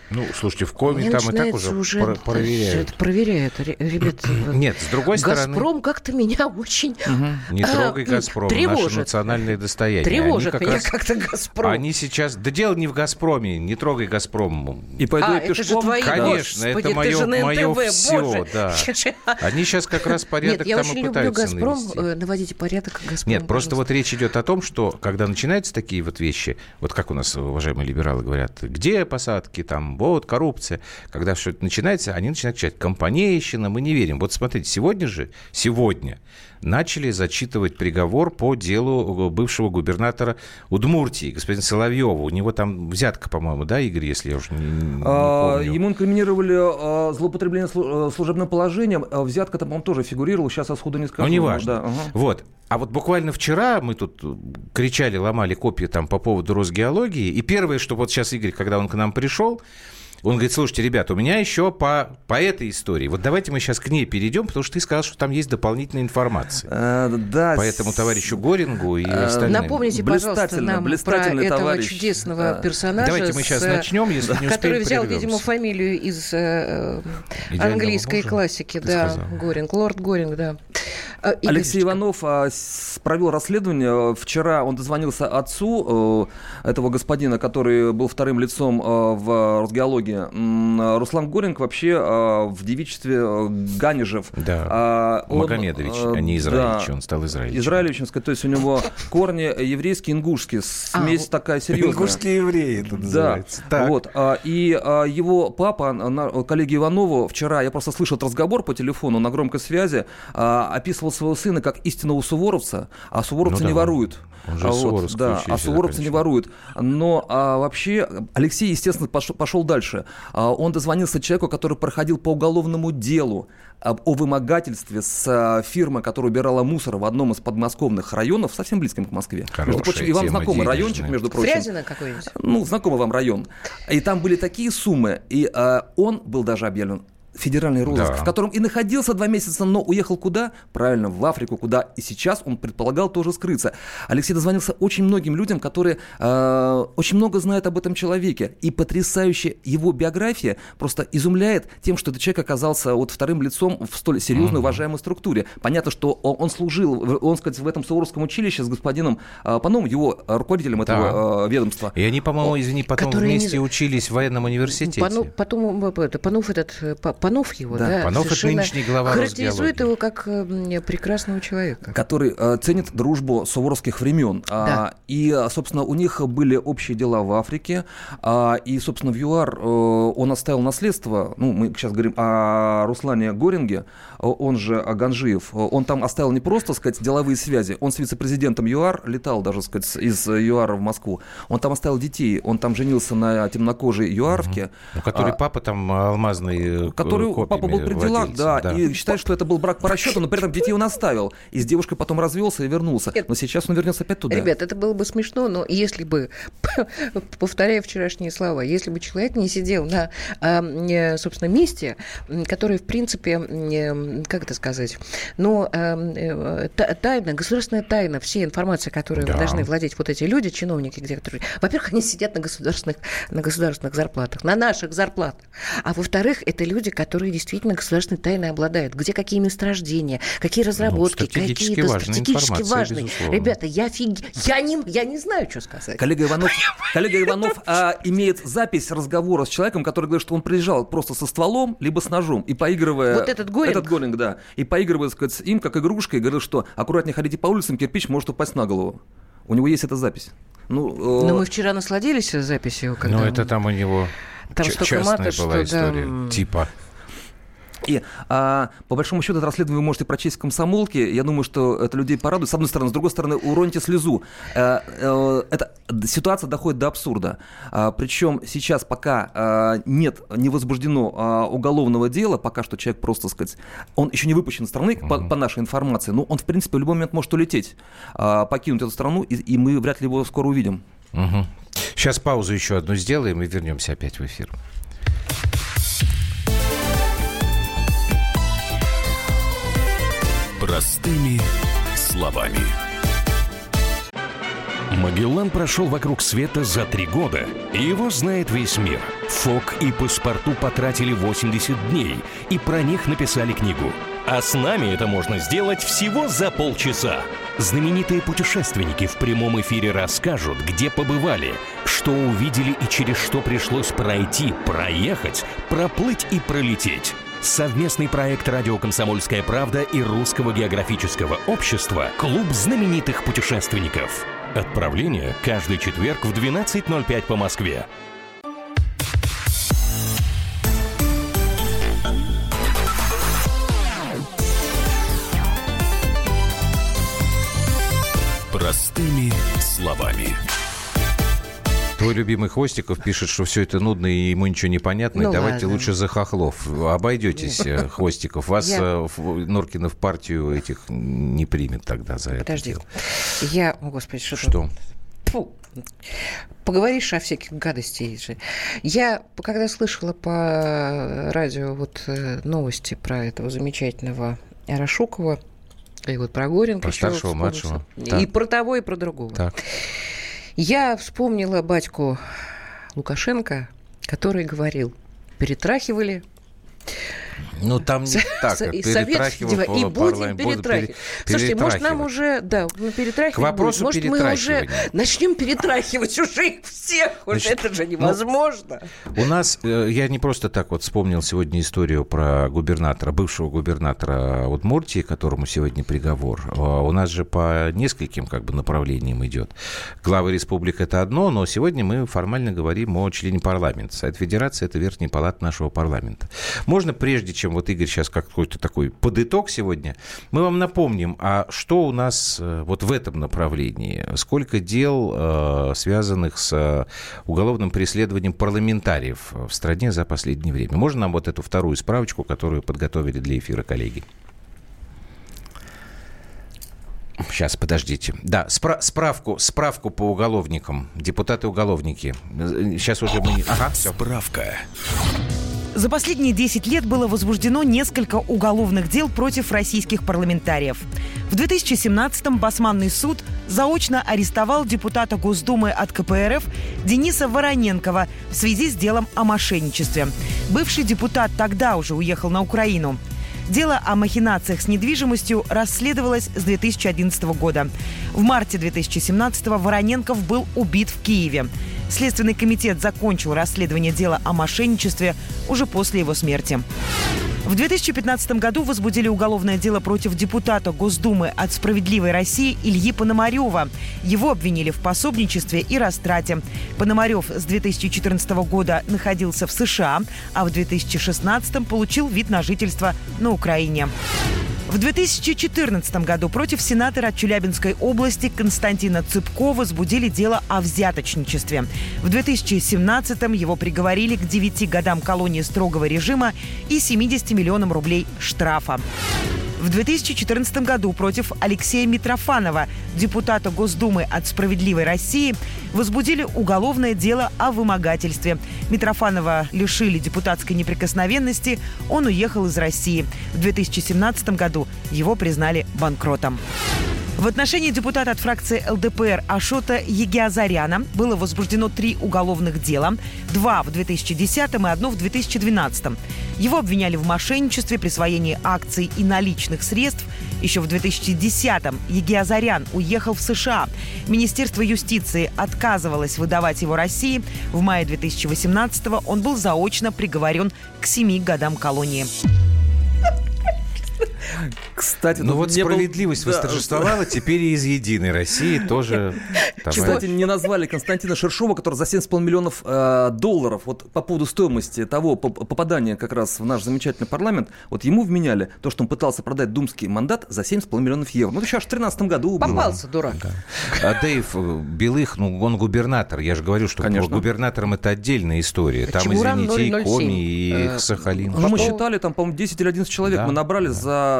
Ну, слушайте, в Коми Мне там и так уже, уже про- проверяют. Проверяют, ребят. Нет, с другой стороны... «Газпром» как-то меня очень угу. Не трогай «Газпром», наше национальное достояние. Тревожит как меня раз... как-то «Газпром». Они сейчас... Да дело не в «Газпроме», не трогай «Газпром». И пойду а, я пешком. Твои... Конечно, Господи, это мое, мое Боже. все, да. Они сейчас как раз порядок Нет, там и пытаются навести. Я очень люблю «Газпром», наводите порядок «Газпром». Нет, просто вот речь идет о том, что когда начинаются такие вот вещи, вот как у нас уважаемые либералы говорят, где посадки, там, вот, коррупция. Когда все это начинается, они начинают кричать: компанейщина, мы не верим. Вот смотрите, сегодня же, сегодня начали зачитывать приговор по делу бывшего губернатора Удмуртии, господина Соловьева. У него там взятка, по-моему, да, Игорь, если я уже не, не а, помню. Ему инкриминировали а, злоупотребление служебным положением. А взятка там, по-моему, тоже фигурировала. Сейчас я сходу не скажу. Ну, неважно. Да, ага. Вот. А вот буквально вчера мы тут кричали, ломали копья там по поводу Росгеологии. И первое, что вот сейчас Игорь, когда он к нам пришел, он говорит: слушайте, ребята, у меня еще по, по этой истории. Вот давайте мы сейчас к ней перейдем, потому что ты сказал, что там есть дополнительная информация. А, да. Поэтому товарищу Горингу и а, остальным. Напомните, пожалуйста, нам про этого товарищ. чудесного а. персонажа, давайте мы сейчас с, начнем, если не который взял, прервемся. видимо, фамилию из э, английской мужа? классики. Да, Горинг, лорд Горинг, да. Алексей Иванов а, с, провел расследование. Вчера он дозвонился отцу э, этого господина, который был вторым лицом э, в Росгеологии. Руслан Горинг вообще э, в девичестве э, Ганежев. Да. Э, он, Магомедович, э, а не Израилевич. Да, он стал Израилевичем. Израилевичем, то есть у него корни еврейские, ингушские. Смесь а, такая серьезная. Ингушские евреи это называется. Да. Вот. А, и а, его папа, на, коллеге Иванову, вчера, я просто слышал этот разговор по телефону на громкой связи, а, описывал своего сына как истинного суворовца, а суворовцы ну, не да, воруют. Он же а, вот, да, а суворовцы не воруют. Но а, вообще Алексей, естественно, пошел, пошел дальше. А, он дозвонился человеку, который проходил по уголовному делу об, о вымогательстве с а, фирмой, которая убирала мусор в одном из подмосковных районов, совсем близким к Москве. Хорошая между прочим, и вам знакомый денежная. райончик, между прочим. Фрязино какой-нибудь? Ну, знакомый вам район. И там были такие суммы, и а, он был даже объявлен федеральный розыск, да. в котором и находился два месяца, но уехал куда? Правильно, в Африку, куда и сейчас он предполагал тоже скрыться. Алексей дозвонился очень многим людям, которые э, очень много знают об этом человеке. И потрясающая его биография просто изумляет тем, что этот человек оказался вот вторым лицом в столь серьезной, uh-huh. уважаемой структуре. Понятно, что он, он служил, он, сказать, в этом Суворовском училище с господином э, Пановым, его руководителем этого да. э, ведомства. И они, по-моему, извини, потом вместе не... учились в военном университете. Панов, потом это, Панов этот... Панов его, да, да Панов это нынешний глава характеризует его как э, прекрасного человека. Который э, ценит дружбу суворовских времен. Да. А, и, собственно, у них были общие дела в Африке. А, и, собственно, в ЮАР э, он оставил наследство. Ну, мы сейчас говорим о Руслане Горинге, он же Ганжиев. Он там оставил не просто, так сказать, деловые связи. Он с вице-президентом ЮАР летал даже, так сказать, из ЮАРа в Москву. Он там оставил детей. Он там женился на темнокожей ЮАРовке. У которой а, папа там алмазный... Который папа был при делах, да, да, и считает, что это был брак по расчету, но при этом детей он оставил. И с девушкой потом развелся и вернулся. Но сейчас он вернется опять туда. Ребят, это было бы смешно, но если бы, повторяя вчерашние слова, если бы человек не сидел на, собственно, месте, которое, в принципе, как это сказать, ну, тайна, государственная тайна, все информации, которые да. должны владеть вот эти люди, чиновники, где, которые, во-первых, они сидят на государственных, на государственных зарплатах, на наших зарплатах, а во-вторых, это люди, которые действительно государственной тайной обладают. Где какие месторождения, какие разработки, ну, какие-то стратегически важные. Безусловно. Ребята, я фиг... я, не, я не знаю, что сказать. Коллега Иванов, коллега Иванов а, имеет запись разговора с человеком, который говорит, что он приезжал просто со стволом, либо с ножом, и поигрывая... Вот этот Горинг? Этот Горинг, да. И поигрывая, так сказать, им, как игрушкой, говорил, что аккуратнее ходите по улицам, кирпич может упасть на голову. У него есть эта запись. Ну, э... Но мы вчера насладились записью. Когда... Ну, это там у него там ч- частная мата, была что, история, да... типа... И, а, по большому счету, это расследование вы можете прочесть в «Комсомолке». Я думаю, что это людей порадует. С одной стороны. С другой стороны, уроните слезу. А, а, эта ситуация доходит до абсурда. А, причем сейчас, пока а, нет, не возбуждено а, уголовного дела, пока что человек просто, сказать, он еще не выпущен из страны, uh-huh. по, по нашей информации, но он, в принципе, в любой момент может улететь, а, покинуть эту страну, и, и мы вряд ли его скоро увидим. Uh-huh. Сейчас паузу еще одну сделаем и вернемся опять в эфир. Простыми словами. Магеллан прошел вокруг света за три года, и его знает весь мир. Фок и Паспарту потратили восемьдесят дней, и про них написали книгу. А с нами это можно сделать всего за полчаса. Знаменитые путешественники в прямом эфире расскажут, где побывали, что увидели и через что пришлось пройти, проехать, проплыть и пролететь. Совместный проект «Радио Комсомольская правда» и Русского географического общества «Клуб знаменитых путешественников». Отправление каждый четверг в двенадцать ноль пять по Москве. Простыми словами. Твой любимый Хвостиков пишет, что все это нудно и ему ничего не понятно. Ну, давайте ладно. Лучше за хохлов. Обойдетесь, Хвостиков. Вас Я... Норкина в партию этих не примет тогда за Подожди. это. Подожди. Я, господи, что Что? Фу. Поговоришь о всяких гадостях. Я, когда слышала по радио вот новости про этого замечательного Арашукова, и вот про Горенко. Про старшего, младшего. И про того, и про другого. Так. Я вспомнила батьку Лукашенко, который говорил, перетрахивали. Ну, там не так. И перетрахивал. И будем перетрахивать. Слушайте, может, нам уже, да, мы перетрахивать К вопросу может, мы уже начнем перетрахивать уже их всех. Значит, это же невозможно. Ну, у нас, я не просто так вот вспомнил сегодня историю про губернатора, бывшего губернатора Удмуртии, которому сегодня приговор. У нас же по нескольким как бы направлениям идет. Глава республик — это одно, но сегодня мы формально говорим о члене парламента. Совет Федерации — это верхняя палата нашего парламента. Можно, прежде чем вот Игорь сейчас какой-то такой подыток сегодня, мы вам напомним, а что у нас вот в этом направлении, сколько дел, э, связанных с уголовным преследованием парламентариев в стране за последнее время. Можно нам вот эту вторую справочку, которую подготовили для эфира коллеги? Сейчас, подождите. Да, спра- справку, справку по уголовникам. Депутаты-уголовники. Сейчас уже мы... Ага, все. Справка. За последние десять лет было возбуждено несколько уголовных дел против российских парламентариев. В две тысячи семнадцатом Басманный суд заочно арестовал депутата Госдумы от ка пэ эр эф Дениса Вороненкова в связи с делом о мошенничестве. Бывший депутат тогда уже уехал на Украину. Дело о махинациях с недвижимостью расследовалось с две тысячи одиннадцатого года. В марте две тысячи семнадцатого Вороненков был убит в Киеве. Следственный комитет закончил расследование дела о мошенничестве уже после его смерти. В две тысячи пятнадцатом году возбудили уголовное дело против депутата Госдумы от «Справедливой России» Ильи Пономарева. Его обвинили в пособничестве и растрате. Пономарев с две тысячи четырнадцатого года находился в США, а в две тысячи шестнадцатом получил вид на жительство на Украине. В две тысячи четырнадцатом году против сенатора от Челябинской области Константина Цыпко возбудили дело о взяточничестве. В две тысячи семнадцатом его приговорили к девяти годам колонии строгого режима и семидесяти миллионам рублей штрафа. В две тысячи четырнадцатом году против Алексея Митрофанова, депутата Госдумы от «Справедливой России», возбудили уголовное дело о вымогательстве. Митрофанова лишили депутатской неприкосновенности, он уехал из России. В две тысячи семнадцатом году его признали банкротом. В отношении депутата от фракции эл дэ пэ эр Ашота Егиазаряна было возбуждено три уголовных дела. Два в две тысячи десятом и одно в две тысячи двенадцатом. Его обвиняли в мошенничестве, присвоении акций и наличных средств. Еще в две тысячи десятом Егиазарян уехал в США. Министерство юстиции отказывалось выдавать его России. В мае две тысячи восемнадцатого он был заочно приговорен к семи годам колонии. Кстати, ну вот справедливость был... восторжествовала, да. Теперь и из «Единой России» тоже... Кстати, не назвали Константина Шершова, который за семь с половиной миллионов э, долларов, вот по поводу стоимости того попадания как раз в наш замечательный парламент, вот ему вменяли то, что он пытался продать думский мандат за семь с половиной миллионов евро. Ну, это еще аж в тринадцатом году было. Попался, дурак. Да. А Дэйв Белых, ну, он губернатор. Я же говорю, что губернатором это отдельная история. Там, извините, и Коми, и Сахалин. Ну, мы считали, там, по-моему, десять или одиннадцать человек да, мы набрали да. за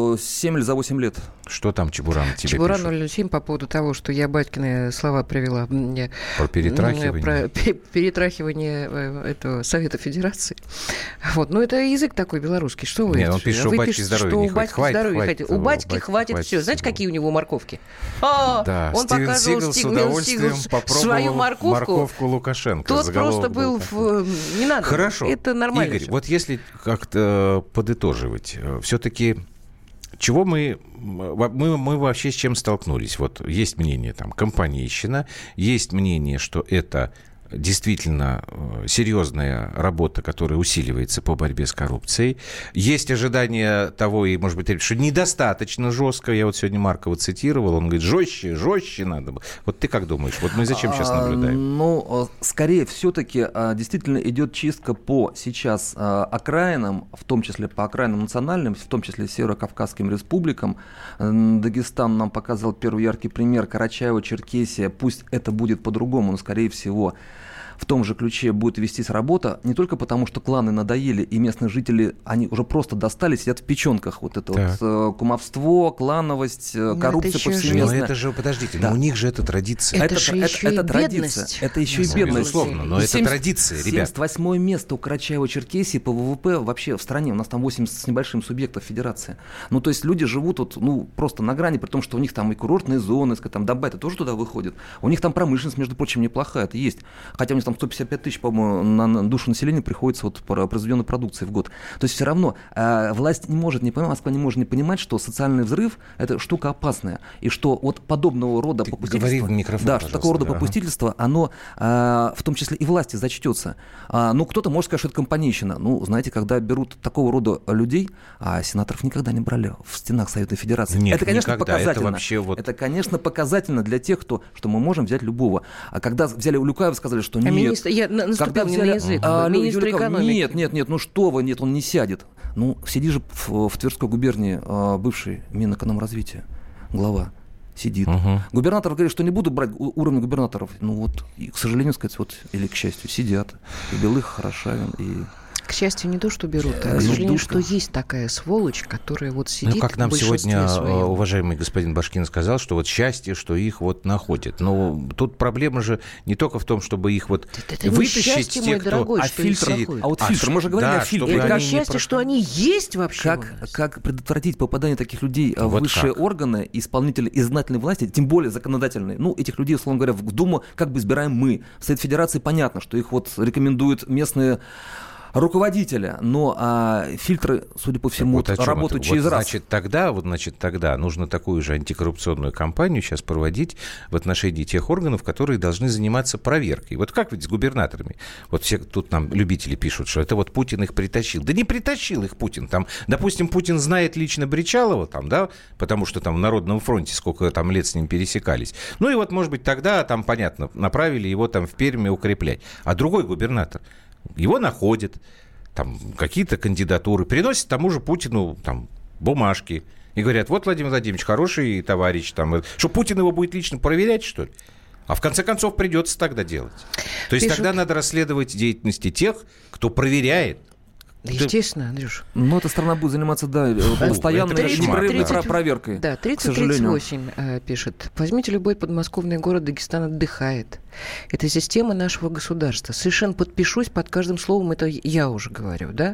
за семь или за восемь лет. Что там Чебуран тебе Чебуран пишет? ноль ноль семь по поводу того, что я батькины слова привела. Про перетрахивание? Про перетрахивание этого Совета Федерации. Вот. Ну, это язык такой белорусский. Что вы? Нет, он пишет, что у батьки здоровья не хватит. Хватит, здоровья хватит. У батьки хватит все. Знаете, какие у него морковки? А, да, он Стивен показывал Сигал с Стивен удовольствием Сигал попробовал свою морковку. морковку Лукашенко. Тот просто был в... Не надо. Хорошо. Это нормально. Игорь, все. Вот если как-то подытоживать, все-таки чего мы, мы, мы вообще с чем столкнулись? Вот есть мнение, там, компанейщина, есть мнение, что это действительно серьезная работа, которая усиливается по борьбе с коррупцией. Есть ожидание того, и, может быть, что недостаточно жестко. Я вот сегодня Маркова цитировал, он говорит, жестче, жестче надо было. Вот ты как думаешь? Вот мы зачем сейчас наблюдаем? А, ну, скорее, все-таки действительно идет чистка по сейчас окраинам, в том числе по окраинам национальным, в том числе северокавказским республикам. Дагестан нам показал первый яркий пример. Карачаево, Черкесия. Пусть это будет по-другому, но, скорее всего, в том же ключе будет вестись работа, не только потому, что кланы надоели, и местные жители, они уже просто достали, сидят в печенках. Вот это так. вот э, кумовство, клановость, э, коррупция повсеместная. Но это же, подождите, да. но у них же это традиция. Это, это же это, еще это, и традиция. бедность. Это еще ну, и бедность. Безусловно, но это традиция, ребят. семьдесят восьмое место у Карачаева-Черкесии по ВВП вообще в стране. У нас там восемьдесят с небольшим субъектов федерации. Ну, то есть люди живут вот, ну, просто на грани, при том, что у них там и курортные зоны, там Донбасс, это тоже туда выходит. У них там промышленность, между прочим, неплохая, это есть. Хотя у них там сто пятьдесят пять тысяч, по на душу населения приходится вот по произведенной продукции в год. То есть все равно э, власть не может не понимать, Москва не может не понимать, что социальный взрыв – это штука опасная. И что вот подобного рода Ты попустительство… в микрофон, да, что такого рода ага. попустительство, оно э, в том числе и власти зачтется. А, ну, кто-то может сказать, что это компанейщина. Ну, знаете, когда берут такого рода людей, а сенаторов никогда не брали в стенах Совета Федерации. Нет, это, конечно, никогда. показательно. Это, вообще вот... это, конечно, показательно для тех, кто, что мы можем взять любого. А когда взяли Улюкаева, сказали, что а нет. Министр, я наступил не на язык. А, министр Юлика, экономики. Нет, нет, нет, ну что вы, нет, он не сядет. Ну, сиди же в, в Тверской губернии а, бывший Минэкономразвития, глава, сидит. Угу. Губернатор говорит, что не буду брать уровень губернаторов. Ну вот, и, к сожалению, сказать, вот, или к счастью, сидят. И Белых, Хорошавин, и... К счастью, не то, что берут, а к сожалению, что есть такая сволочь, которая вот сидит. Ну, как нам сегодня своем. уважаемый господин Башкин сказал, что вот счастье, что их вот находят. Но тут проблема же не только в том, чтобы их вот это, это вытащить счастье, тех, мой дорогой, кто... А фильтр, а вот фильтр, а, мы же говорили да, о фильтре. Это как счастье, не... что они есть вообще. Как, как предотвратить попадание таких людей вот в высшие как? органы, исполнители избирательной власти, тем более законодательной. Ну, этих людей, условно говоря, в Думу как бы избираем мы. В Совет Федерации понятно, что их вот рекомендуют местные руководителя, но а, фильтры, судя по всему, вот работают через вот, раз. Значит, тогда, вот, значит, тогда нужно такую же антикоррупционную кампанию сейчас проводить в отношении тех органов, которые должны заниматься проверкой. Вот как ведь с губернаторами? Вот все тут нам любители пишут, что это вот Путин их притащил. Да не притащил их Путин. Там, допустим, Путин знает лично Бричалова, там, да, потому что там в Народном фронте сколько там лет с ним пересекались. Ну и вот, может быть, тогда там, понятно, направили его там в Пермь укреплять. А другой губернатор, его находят, там какие-то кандидатуры, приносят тому же Путину там бумажки и говорят, вот Владимир Владимирович, хороший товарищ, там, что Путин его будет лично проверять, что ли? А в конце концов придется тогда делать. То есть Пишут... тогда надо расследовать деятельности тех, кто проверяет. Да, естественно, Андрюш. Ну, эта страна будет заниматься, да, постоянной непрерывной проверкой. Да, тридцать тридцать восемь э, пишет. Возьмите любой подмосковный город, Дагестан отдыхает. Это система нашего государства. Совершенно подпишусь под каждым словом, это я уже говорю, да?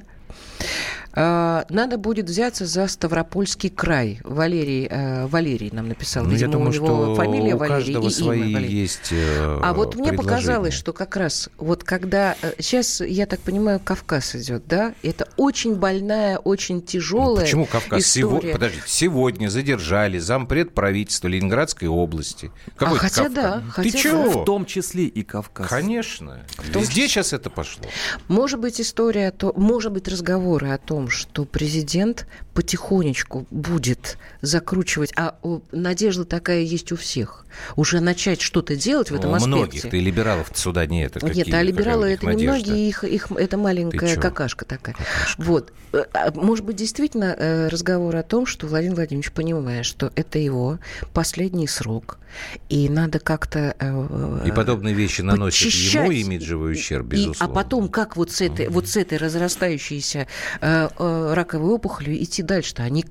Надо будет взяться за Ставропольский край. Валерий, э, Валерий нам написал. Ну, видимо, думаю, у него фамилия у Валерий и свои имя есть э, А вот мне показалось, что как раз вот когда... Сейчас, я так понимаю, Кавказ идет, да? Это очень больная, очень тяжелая ну, почему Кавказ? история. Сегодня, подождите, сегодня задержали зампред правительства Ленинградской области. Какой а хотя Кавказ? да. Ты хотя чего? В том числе и Кавказ. Конечно. том Везде числе... сейчас это пошло. Может быть, история, то, может быть, разговоры о том, что президент потихонечку будет закручивать, а надежда такая есть у всех, уже начать что-то делать в этом у аспекте. У многих. Ты либералов сюда нет. Это нет, а либералы это не многие, их, их, это маленькая какашка такая. Какашка. Вот. Может быть, действительно разговор о том, что Владимир Владимирович понимает, что это его последний срок, и надо как-то... И подобные вещи наносят ему имиджевый ущерб, безусловно. И, а потом, как вот с этой, mm-hmm. вот с этой разрастающейся э, э, раковой опухолью идти дальше-то, а никак.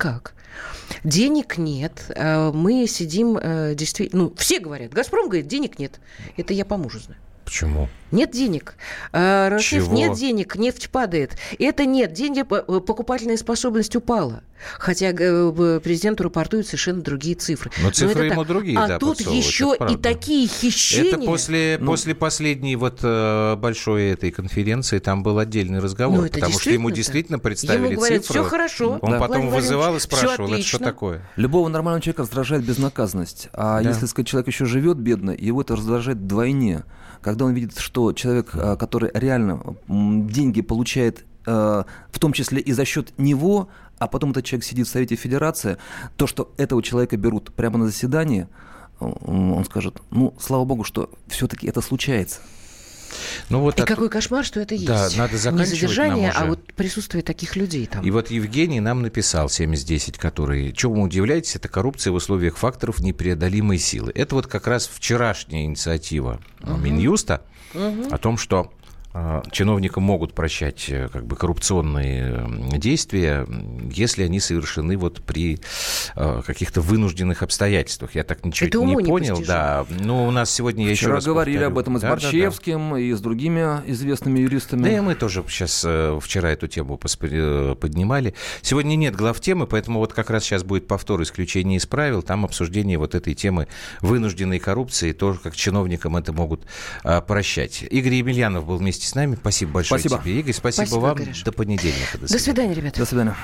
Денег нет. Мы сидим действительно... Ну, все говорят. «Газпром» говорит, денег нет. Это я по мужу знаю. Почему? Нет денег. Рошеф, нет денег, нефть падает. Это нет. Деньги, покупательная способность упала. Хотя президенту рапортуют совершенно другие цифры. Но цифры Но ему так. другие, а да, тут еще и такие хищения. Это после, ну, после последней вот большой этой конференции там был отдельный разговор, ну, потому что ему действительно представили ему говорят, цифры. Все хорошо. Он да. потом Владимир вызывал и спрашивал, это что такое? Любого нормального человека раздражает безнаказанность. А да. если, так сказать, человек еще живет бедно, его это раздражает вдвойне. Когда он видит, что человек, который реально деньги получает, в том числе и за счет него, а потом этот человек сидит в Совете Федерации, то, что этого человека берут прямо на заседании, он скажет, ну, слава богу, что все-таки это случается. Ну, вот и от... какой кошмар, что это есть. Да, надо заканчивать. Не задержание, а вот присутствие таких людей там. И вот Евгений нам написал семьдесят десять, который... Чего вы удивляетесь, это коррупция в условиях факторов непреодолимой силы. Это вот как раз вчерашняя инициатива uh-huh. Минюста uh-huh. о том, что чиновникам могут прощать как бы коррупционные действия, если они совершены вот при э, каких-то вынужденных обстоятельствах. Я так ничего это не понял. Да. Ну, у нас сегодня, я Вчера еще раз говорили повторю. об этом и с да, Борщевским, да, да. и с другими известными юристами. Да и мы тоже сейчас э, вчера эту тему поднимали. Сегодня нет главтемы, поэтому вот как раз сейчас будет повтор исключения из правил. Там обсуждение вот этой темы вынужденной коррупции, тоже как чиновникам это могут э, прощать. Игорь Емельянов был вместе с нами. Спасибо большое Спасибо. тебе, Игорь. Спасибо, Спасибо вам. Конечно. До понедельника. До свидания. До свидания, ребята. До свидания.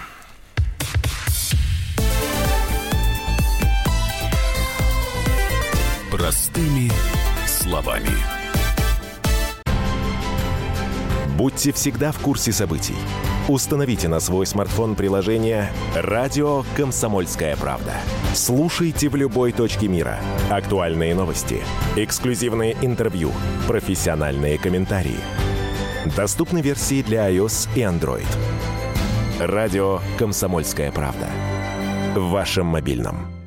Простыми словами. Будьте всегда в курсе событий. Установите на свой смартфон приложение «Радио Комсомольская правда». Слушайте в любой точке мира. Актуальные новости, эксклюзивные интервью, профессиональные комментарии. Доступны версии для iOS и Android. Радио «Комсомольская правда». В вашем мобильном.